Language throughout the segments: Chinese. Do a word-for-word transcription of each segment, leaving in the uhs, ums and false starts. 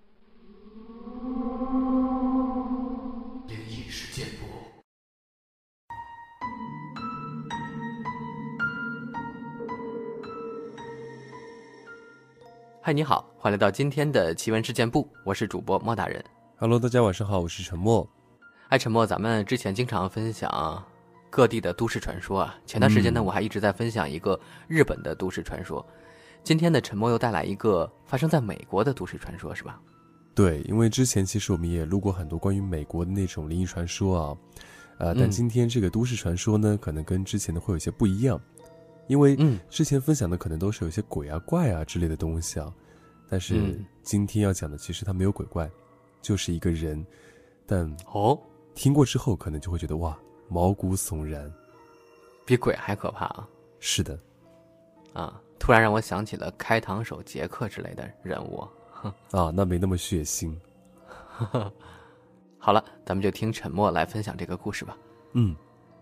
灵异事件簿。嗨，你好，欢迎来到今天的奇闻事件部，我是主播莫大人。 Hello， 大家晚上好，我是陈默。 哎，陈默，咱们之前经常分享各地的都市传说啊，前段时间呢， 嗯、 我还一直在分享一个日本的都市传说。今天的陈默又带来一个发生在美国的都市传说，是吧？ 对，因为之前其实我们也录过很多关于美国的那种灵异传说啊，呃，但今天这个都市传说呢，可能跟之前的会有些不一样，因为之前分享的可能都是有些鬼啊、怪啊之类的东西啊，但是今天要讲的其实它没有鬼怪，就是一个人，但哦， 听过之后可能就会觉得哇，毛骨悚然， 比鬼还可怕啊！ 是的， 啊，突然让我想起了开膛手杰克之类的人物。 啊，那没那么血腥。 好了，咱们就听陈默来分享这个故事吧。 嗯。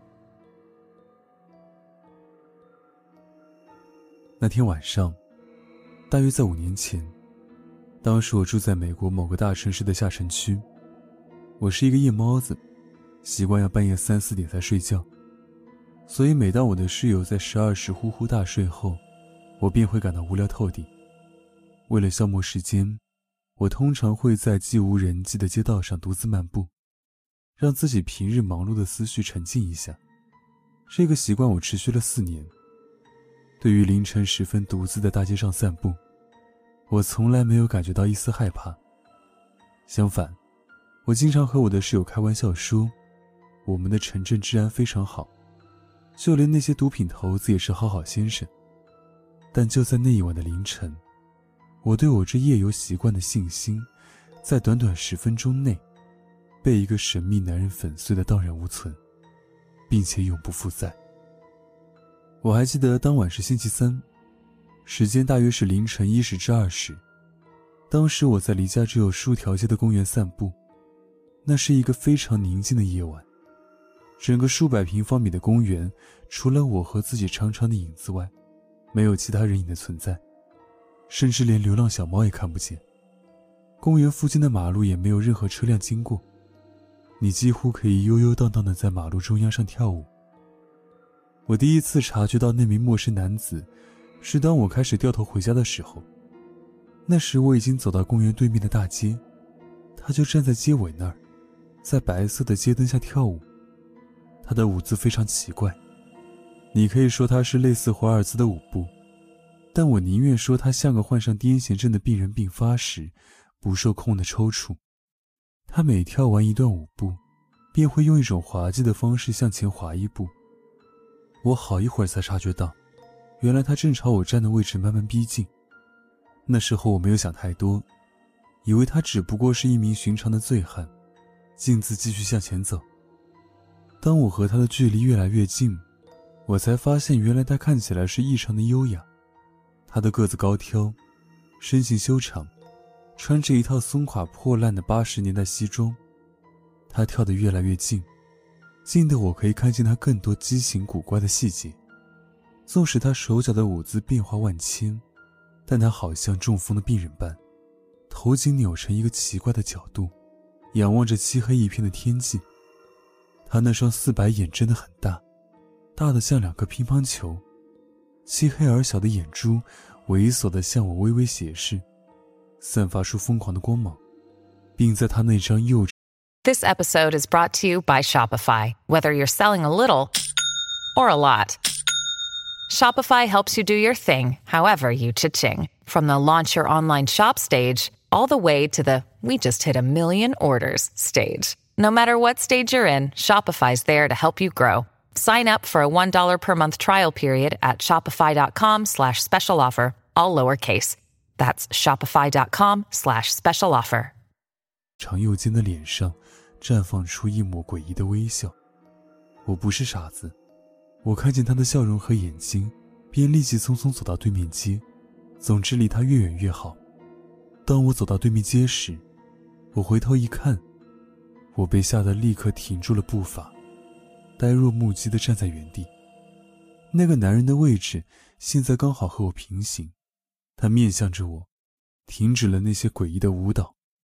那天晚上，大约在五年前，当时我住在美国某个大城市的下城区。我是一个夜猫子，习惯要半夜三四点才睡觉，所以每当我的室友在十二时呼呼大睡后，我便会感到无聊透顶。为了消磨时间，我通常会在既无人迹的街道上独自漫步，让自己平日忙碌的思绪沉静一下。这个习惯我持续了四年。对于凌晨时分独自在大街上散步，我从来没有感觉到一丝害怕。相反，我经常和我的室友开玩笑说，我们的城镇治安非常好，就连那些毒品头子也是好好先生。但就在那一晚的凌晨，我对我这夜游习惯的信心，在短短十分钟内，被一个神秘男人粉碎得荡然无存，并且永不复在。我还记得当晚是星期三，时间大约是凌晨一时至二时。当时我在离家只有数条街的公园散步，那是一个非常宁静的夜晚。整个数百平方米的公园，除了我和自己长长的影子外，没有其他人影的存在，甚至连流浪小猫也看不见。公园附近的马路也没有任何车辆经过，你几乎可以悠悠荡荡地在马路中央上跳舞。我第一次察觉到那名陌生男子，是当我开始掉头回家的时候。那时我已经走到公园对面的大街，他就站在街尾那儿，在白色的街灯下跳舞。他的舞姿非常奇怪，你可以说他是类似华尔兹的舞步，但我宁愿说他像个患上癫痫症的病人病发时不受控的抽搐。他每跳完一段舞步，便会用一种滑稽的方式向前滑一步。我好一会儿才察觉到，原来他正朝我站的位置慢慢逼近。那时候我没有想太多，以为他只不过是一名寻常的醉汉，径自继续向前走。当我和他的距离越来越近，我才发现原来他看起来是异常的优雅。他的个子高挑，身形修长，穿着一套松垮破烂的八十年代西装。他跳得越来越近，近得我可以看见他更多畸形古怪的细节。纵使他手脚的舞姿变化万千，但他好像中风的病人般，头颈扭成一个奇怪的角度，仰望着漆黑一片的天际。他那双四白眼真的很大，大得像两个乒乓球，漆黑而小的眼珠猥琐地向我微微斜视，散发出疯狂的光芒，并在他那张幼稚。 This episode is brought to you by Shopify. Whether you're selling a little or a lot, Shopify helps you do your thing, however you cha-ching. From the launch your online shop stage, all the way to the we just hit a million orders stage. No matter what stage you're in, Shopify's there to help you grow. Sign up for a one dollar per month trial period at shopify.com slash special offer, all lowercase. That's shopify.com slash special offer. 长右肩的脸上绽放出一抹诡异的微笑。我不是傻子，我看见他的笑容和眼睛，便立即匆匆走到对面街。总之离他越远越好。当我走到对面街时，我回头一看，我被吓得立刻停住了步伐，呆若木鸡地站在原地。那个男人的位置现在刚好和我平行，他面向着我，停止了那些诡异的舞蹈，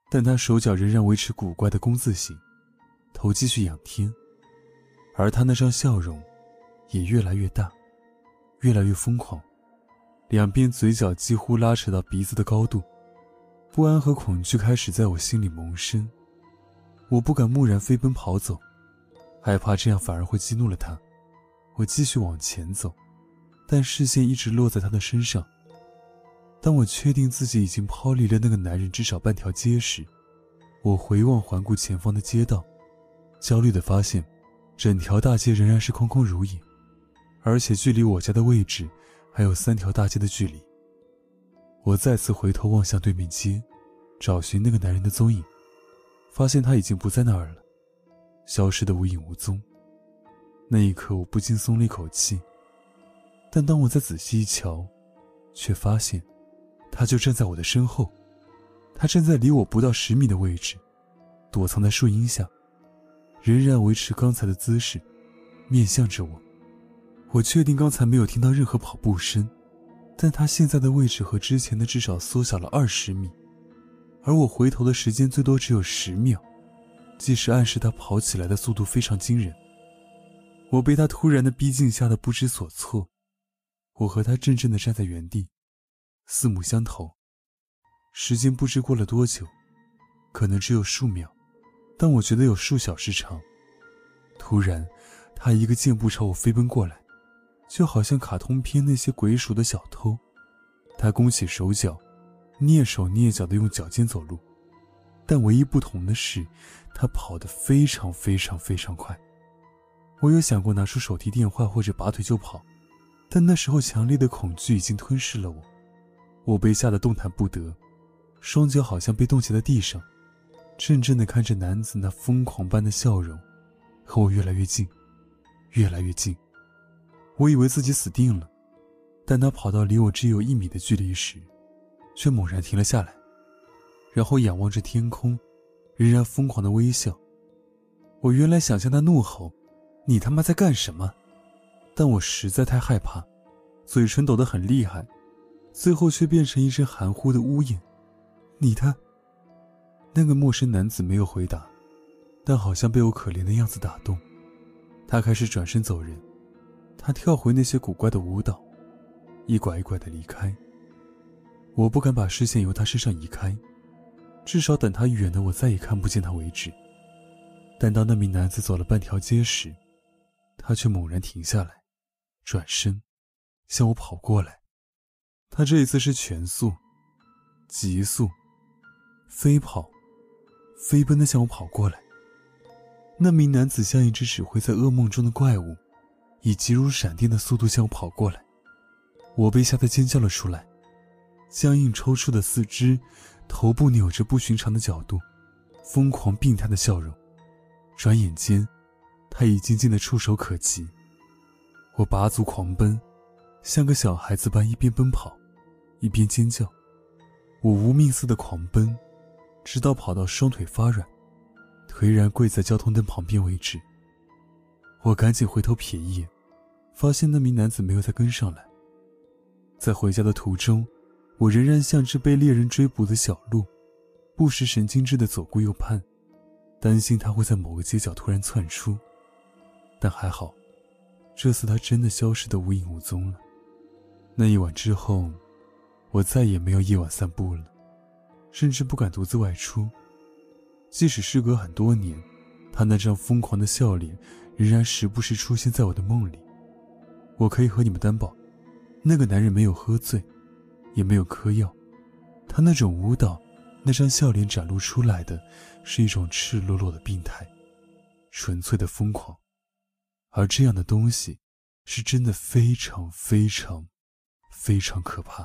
但他手脚仍然维持古怪的弓字形，头继续仰天，而他那张笑容也越来越大，越来越疯狂，两边嘴角几乎拉扯到鼻子的高度。不安和恐惧开始在我心里萌生，我不敢蓦然飞奔跑走，害怕这样反而会激怒了他。我继续往前走，但视线一直落在他的身上。当我确定自己已经抛离了那个男人至少半条街时，我回望环顾前方的街道，焦虑地发现整条大街仍然是空空如也，而且距离我家的位置还有三条大街的距离。我再次回头望向对面街，找寻那个男人的踪影，发现他已经不在那儿了，消失得无影无踪。那一刻我不禁松了一口气，但当我再仔细一瞧，却发现他就站在我的身后。他站在离我不到十米的位置，躲藏在树荫下，仍然维持刚才的姿势，面向着我。我确定刚才没有听到任何跑步声，但他现在的位置和之前的至少缩小了二十米，而我回头的时间最多只有十秒，即使暗示他跑起来的速度非常惊人。我被他突然的逼近吓得不知所措，我和他怔怔地站在原地，四目相投。时间不知过了多久，可能只有数秒，但我觉得有数小时长。突然，他一个箭步朝我飞奔过来，就好像卡通片那些鬼鼠的小偷。他弓起手脚，蹑手蹑脚地用脚尖走路，但唯一不同的是，他跑得非常非常非常快。我有想过拿出手提电话或者拔腿就跑，但那时候强烈的恐惧已经吞噬了我，我被吓得动弹不得，双脚好像被冻结在地上，怔怔地看着男子那疯狂般的笑容，和我越来越近，越来越近。我以为自己死定了，但他跑到离我只有一米的距离时，却猛然停了下来，然后仰望着天空，仍然疯狂地微笑。我原来想向他怒吼，你他妈在干什么？但我实在太害怕，嘴唇抖得很厉害，最后却变成一声含糊的呜咽。你他……那个陌生男子没有回答，但好像被我可怜的样子打动，他开始转身走人。他跳回那些古怪的舞蹈，一拐一拐地离开。我不敢把视线由他身上移开，至少等他远的我再也看不见他为止。但当那名男子走了半条街时，他却猛然停下来，转身向我跑过来。他这一次是全速、急速、飞跑、飞奔地向我跑过来。那名男子像一只只会在噩梦中的怪物，以急如闪电的速度向我跑过来。我被吓得尖叫了出来，僵硬抽搐的四肢，头部扭着不寻常的角度，疯狂病态的笑容。转眼间，他已经近得触手可及。我拔足狂奔，像个小孩子般一边奔跑，一边尖叫。我无命似的狂奔，直到跑到双腿发软，颓然跪在交通灯旁边为止。我赶紧回头瞥一眼，发现那名男子没有再跟上来。在回家的途中，我仍然像只被猎人追捕的小鹿，不时神经质地左顾右盼，担心他会在某个街角突然窜出。但还好，这次他真的消失得无影无踪了。那一晚之后，我再也没有夜晚散步了，甚至不敢独自外出。即使事隔很多年，他那张疯狂的笑脸仍然时不时出现在我的梦里。我可以和你们担保，那个男人没有喝醉，也没有嗑药。他那种舞蹈，那张笑脸展露出来的是一种赤裸裸的病态，纯粹的疯狂。而这样的东西是真的非常非常非常可怕。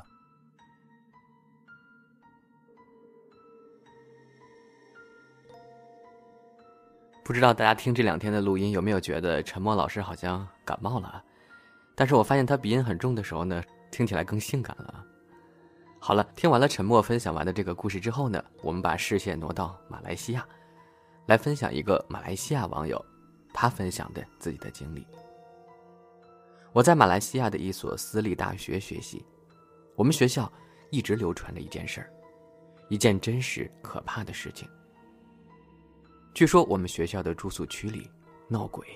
不知道大家听这两天的录音有没有觉得陈默老师好像感冒了啊？但是我发现他鼻音很重的时候呢，听起来更性感了。好了，听完了陈默分享完的这个故事之后呢，我们把视线挪到马来西亚，来分享一个马来西亚网友他分享的自己的经历。我在马来西亚的一所私立大学学习，我们学校一直流传着一件事儿， 一件真实可怕的事情。据说我们学校的住宿区里闹鬼。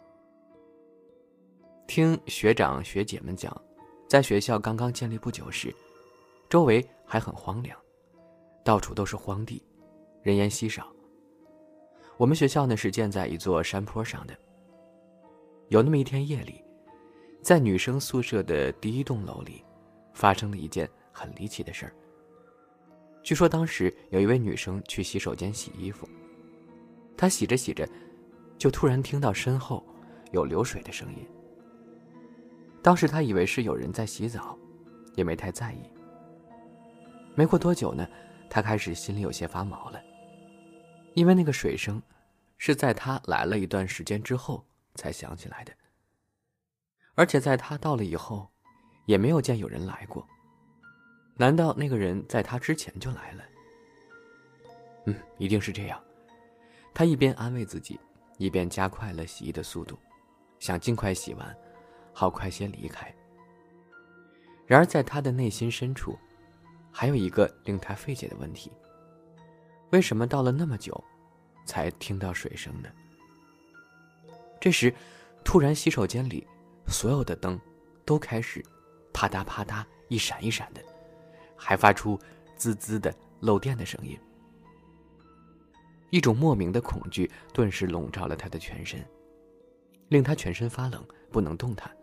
听学长学姐们讲，在学校刚刚建立不久时，周围还很荒凉，到处都是荒地，人烟稀少。我们学校呢是建在一座山坡上的。有那么一天夜里，在女生宿舍的第一栋楼里，发生了一件很离奇的事儿。据说当时有一位女生去洗手间洗衣服，她洗着洗着，就突然听到身后有流水的声音。当时她以为是有人在洗澡，也没太在意。没过多久呢，她开始心里有些发毛了，因为那个水声是在她来了一段时间之后才想起来的，而且在她到了以后，也没有见有人来过。难道那个人在她之前就来了？嗯，一定是这样。她一边安慰自己，一边加快了洗衣的速度，想尽快洗完，好快些离开。然而在她的内心深处，还有一个令她费解的问题：为什么到了那么久，才听到水声呢？这时，突然洗手间里所有的灯都开始啪嗒啪嗒一闪一闪的，还发出滋滋的漏电的声音。一种莫名的恐惧顿时笼罩了他的全身，令他全身发冷，不能动弹。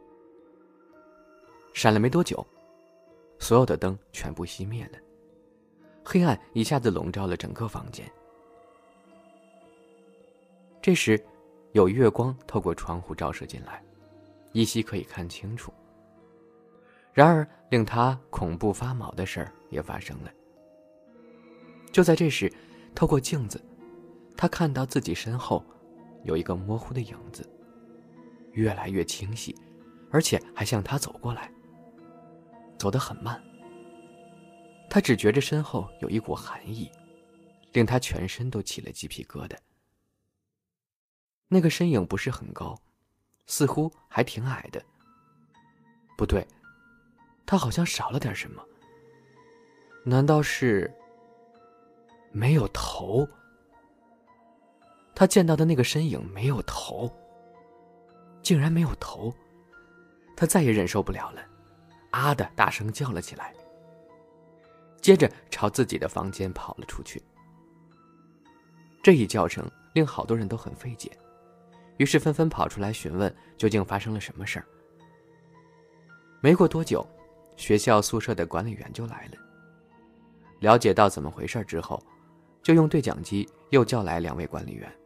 闪了没多久，所有的灯全部熄灭了，黑暗一下子笼罩了整个房间。这时有月光透过窗户照射进来，依稀可以看清楚。然而令他恐怖发毛的事儿也发生了。就在这时，透过镜子，他看到自己身后有一个模糊的影子，越来越清晰，而且还向他走过来，走得很慢。他只觉着身后有一股寒意，令他全身都起了鸡皮疙瘩。那个身影不是很高，似乎还挺矮的。不对，他好像少了点什么。难道是没有头？他见到的那个身影没有头，竟然没有头。他再也忍受不了了，啊的大声叫了起来，接着朝自己的房间跑了出去。这一叫声令好多人都很费解，于是纷纷跑出来询问究竟发生了什么事儿。没过多久，学校宿舍的管理员就来了。了解到怎么回事之后，就用对讲机又叫来两位管理员。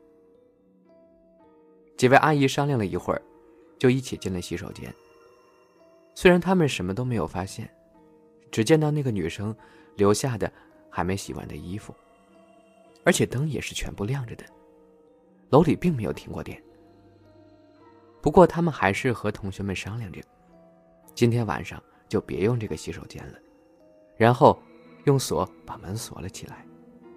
几位阿姨商量了一会儿，就一起进了洗手间。虽然他们什么都没有发现，只见到那个女生留下的还没洗完的衣服，而且灯也是全部亮着的，楼里并没有停过电。不过他们还是和同学们商量着，今天晚上就别用这个洗手间了，然后用锁把门锁了起来。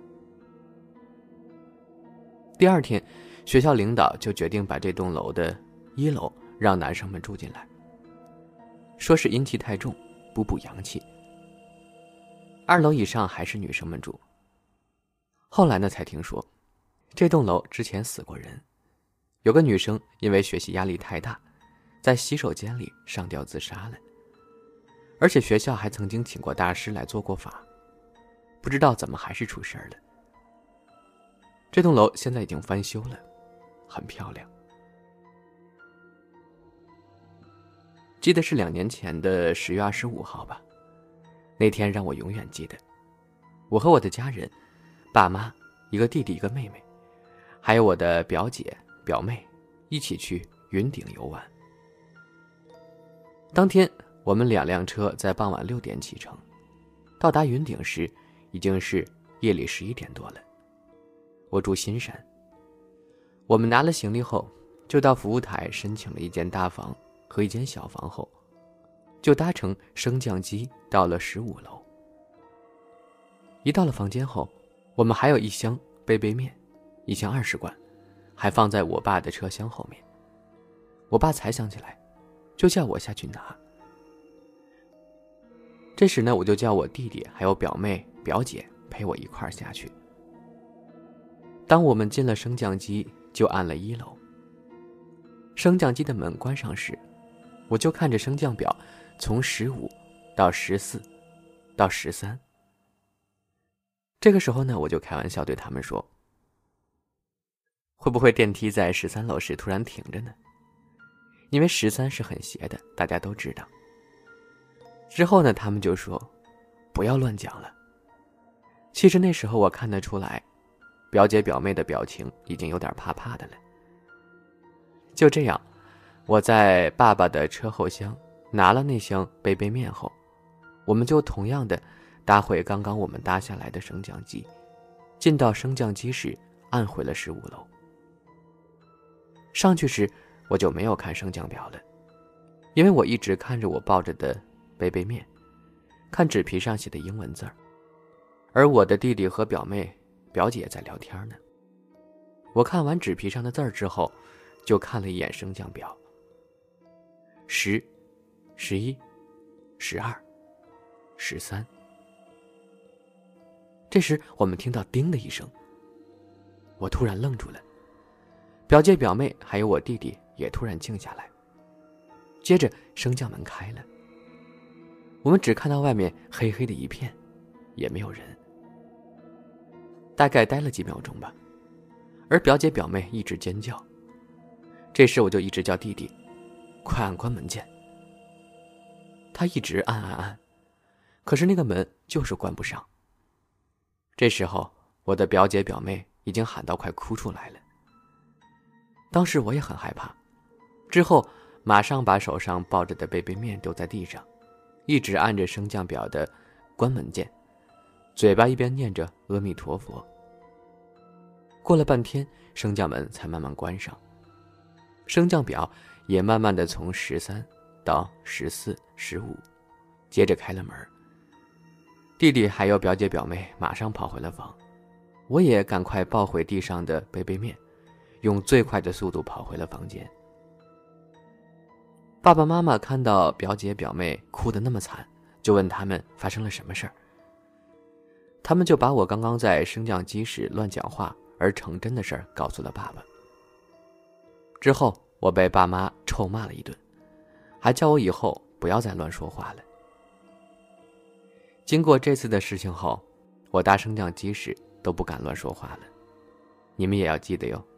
第二天，学校领导就决定把这栋楼的一楼让男生们住进来，说是阴气太重，补补阳气。二楼以上还是女生们住。后来呢，才听说这栋楼之前死过人，有个女生因为学习压力太大，在洗手间里上吊自杀了，而且学校还曾经请过大师来做过法，不知道怎么还是出事儿了。这栋楼现在已经翻修了，很漂亮。记得是两年前的十月二十五号吧，那天让我永远记得。我和我的家人，爸妈，一个弟弟一个妹妹，还有我的表姐表妹一起去云顶游玩。当天我们两辆车在傍晚六点启程，到达云顶时已经是夜里十一点多了。我住新山，我们拿了行李后，就到服务台申请了一间大房和一间小房后，就搭乘升降机到了十五楼。一到了房间后，我们还有一箱杯杯面，一箱二十罐，还放在我爸的车厢后面。我爸才想起来，就叫我下去拿。这时呢，我就叫我弟弟还有表妹表姐陪我一块儿下去。当我们进了升降机，就按了一楼。升降机的门关上时，我就看着升降表从十五到十四到十三。这个时候呢，我就开玩笑对他们说，会不会电梯在十三楼时突然停着呢？因为十三是很斜的，大家都知道。之后呢，他们就说不要乱讲了。其实那时候我看得出来，表姐表妹的表情已经有点怕怕的了。就这样，我在爸爸的车后箱拿了那箱杯杯面后，我们就同样的搭回刚刚我们搭下来的升降机，进到升降机时按回了十五楼。上去时我就没有看升降表了，因为我一直看着我抱着的杯杯面，看纸皮上写的英文字儿，而我的弟弟和表妹表姐在聊天呢。我看完纸皮上的字儿之后，就看了一眼升降表，十、十一、十二、十三。这时我们听到叮的一声，我突然愣住了，表姐表妹还有我弟弟也突然静下来。接着升降门开了，我们只看到外面黑黑的一片，也没有人。大概待了几秒钟吧，而表姐表妹一直尖叫。这时我就一直叫弟弟，快按关门键。他一直按按按，可是那个门就是关不上。这时候我的表姐表妹已经喊到快哭出来了。当时我也很害怕，之后马上把手上抱着的杯杯面丢在地上，一直按着升降表的关门键，嘴巴一边念着阿弥陀佛。过了半天，升降门才慢慢关上，升降表也慢慢的从十三到十四、十五，接着开了门。弟弟还有表姐表妹马上跑回了房，我也赶快抱回地上的杯杯面，用最快的速度跑回了房间。爸爸妈妈看到表姐表妹哭得那么惨，就问他们发生了什么事儿。他们就把我刚刚在升降机时乱讲话而成真的事儿告诉了爸爸。之后我被爸妈臭骂了一顿，还叫我以后不要再乱说话了。经过这次的事情后，我搭升降机时都不敢乱说话了，你们也要记得哟。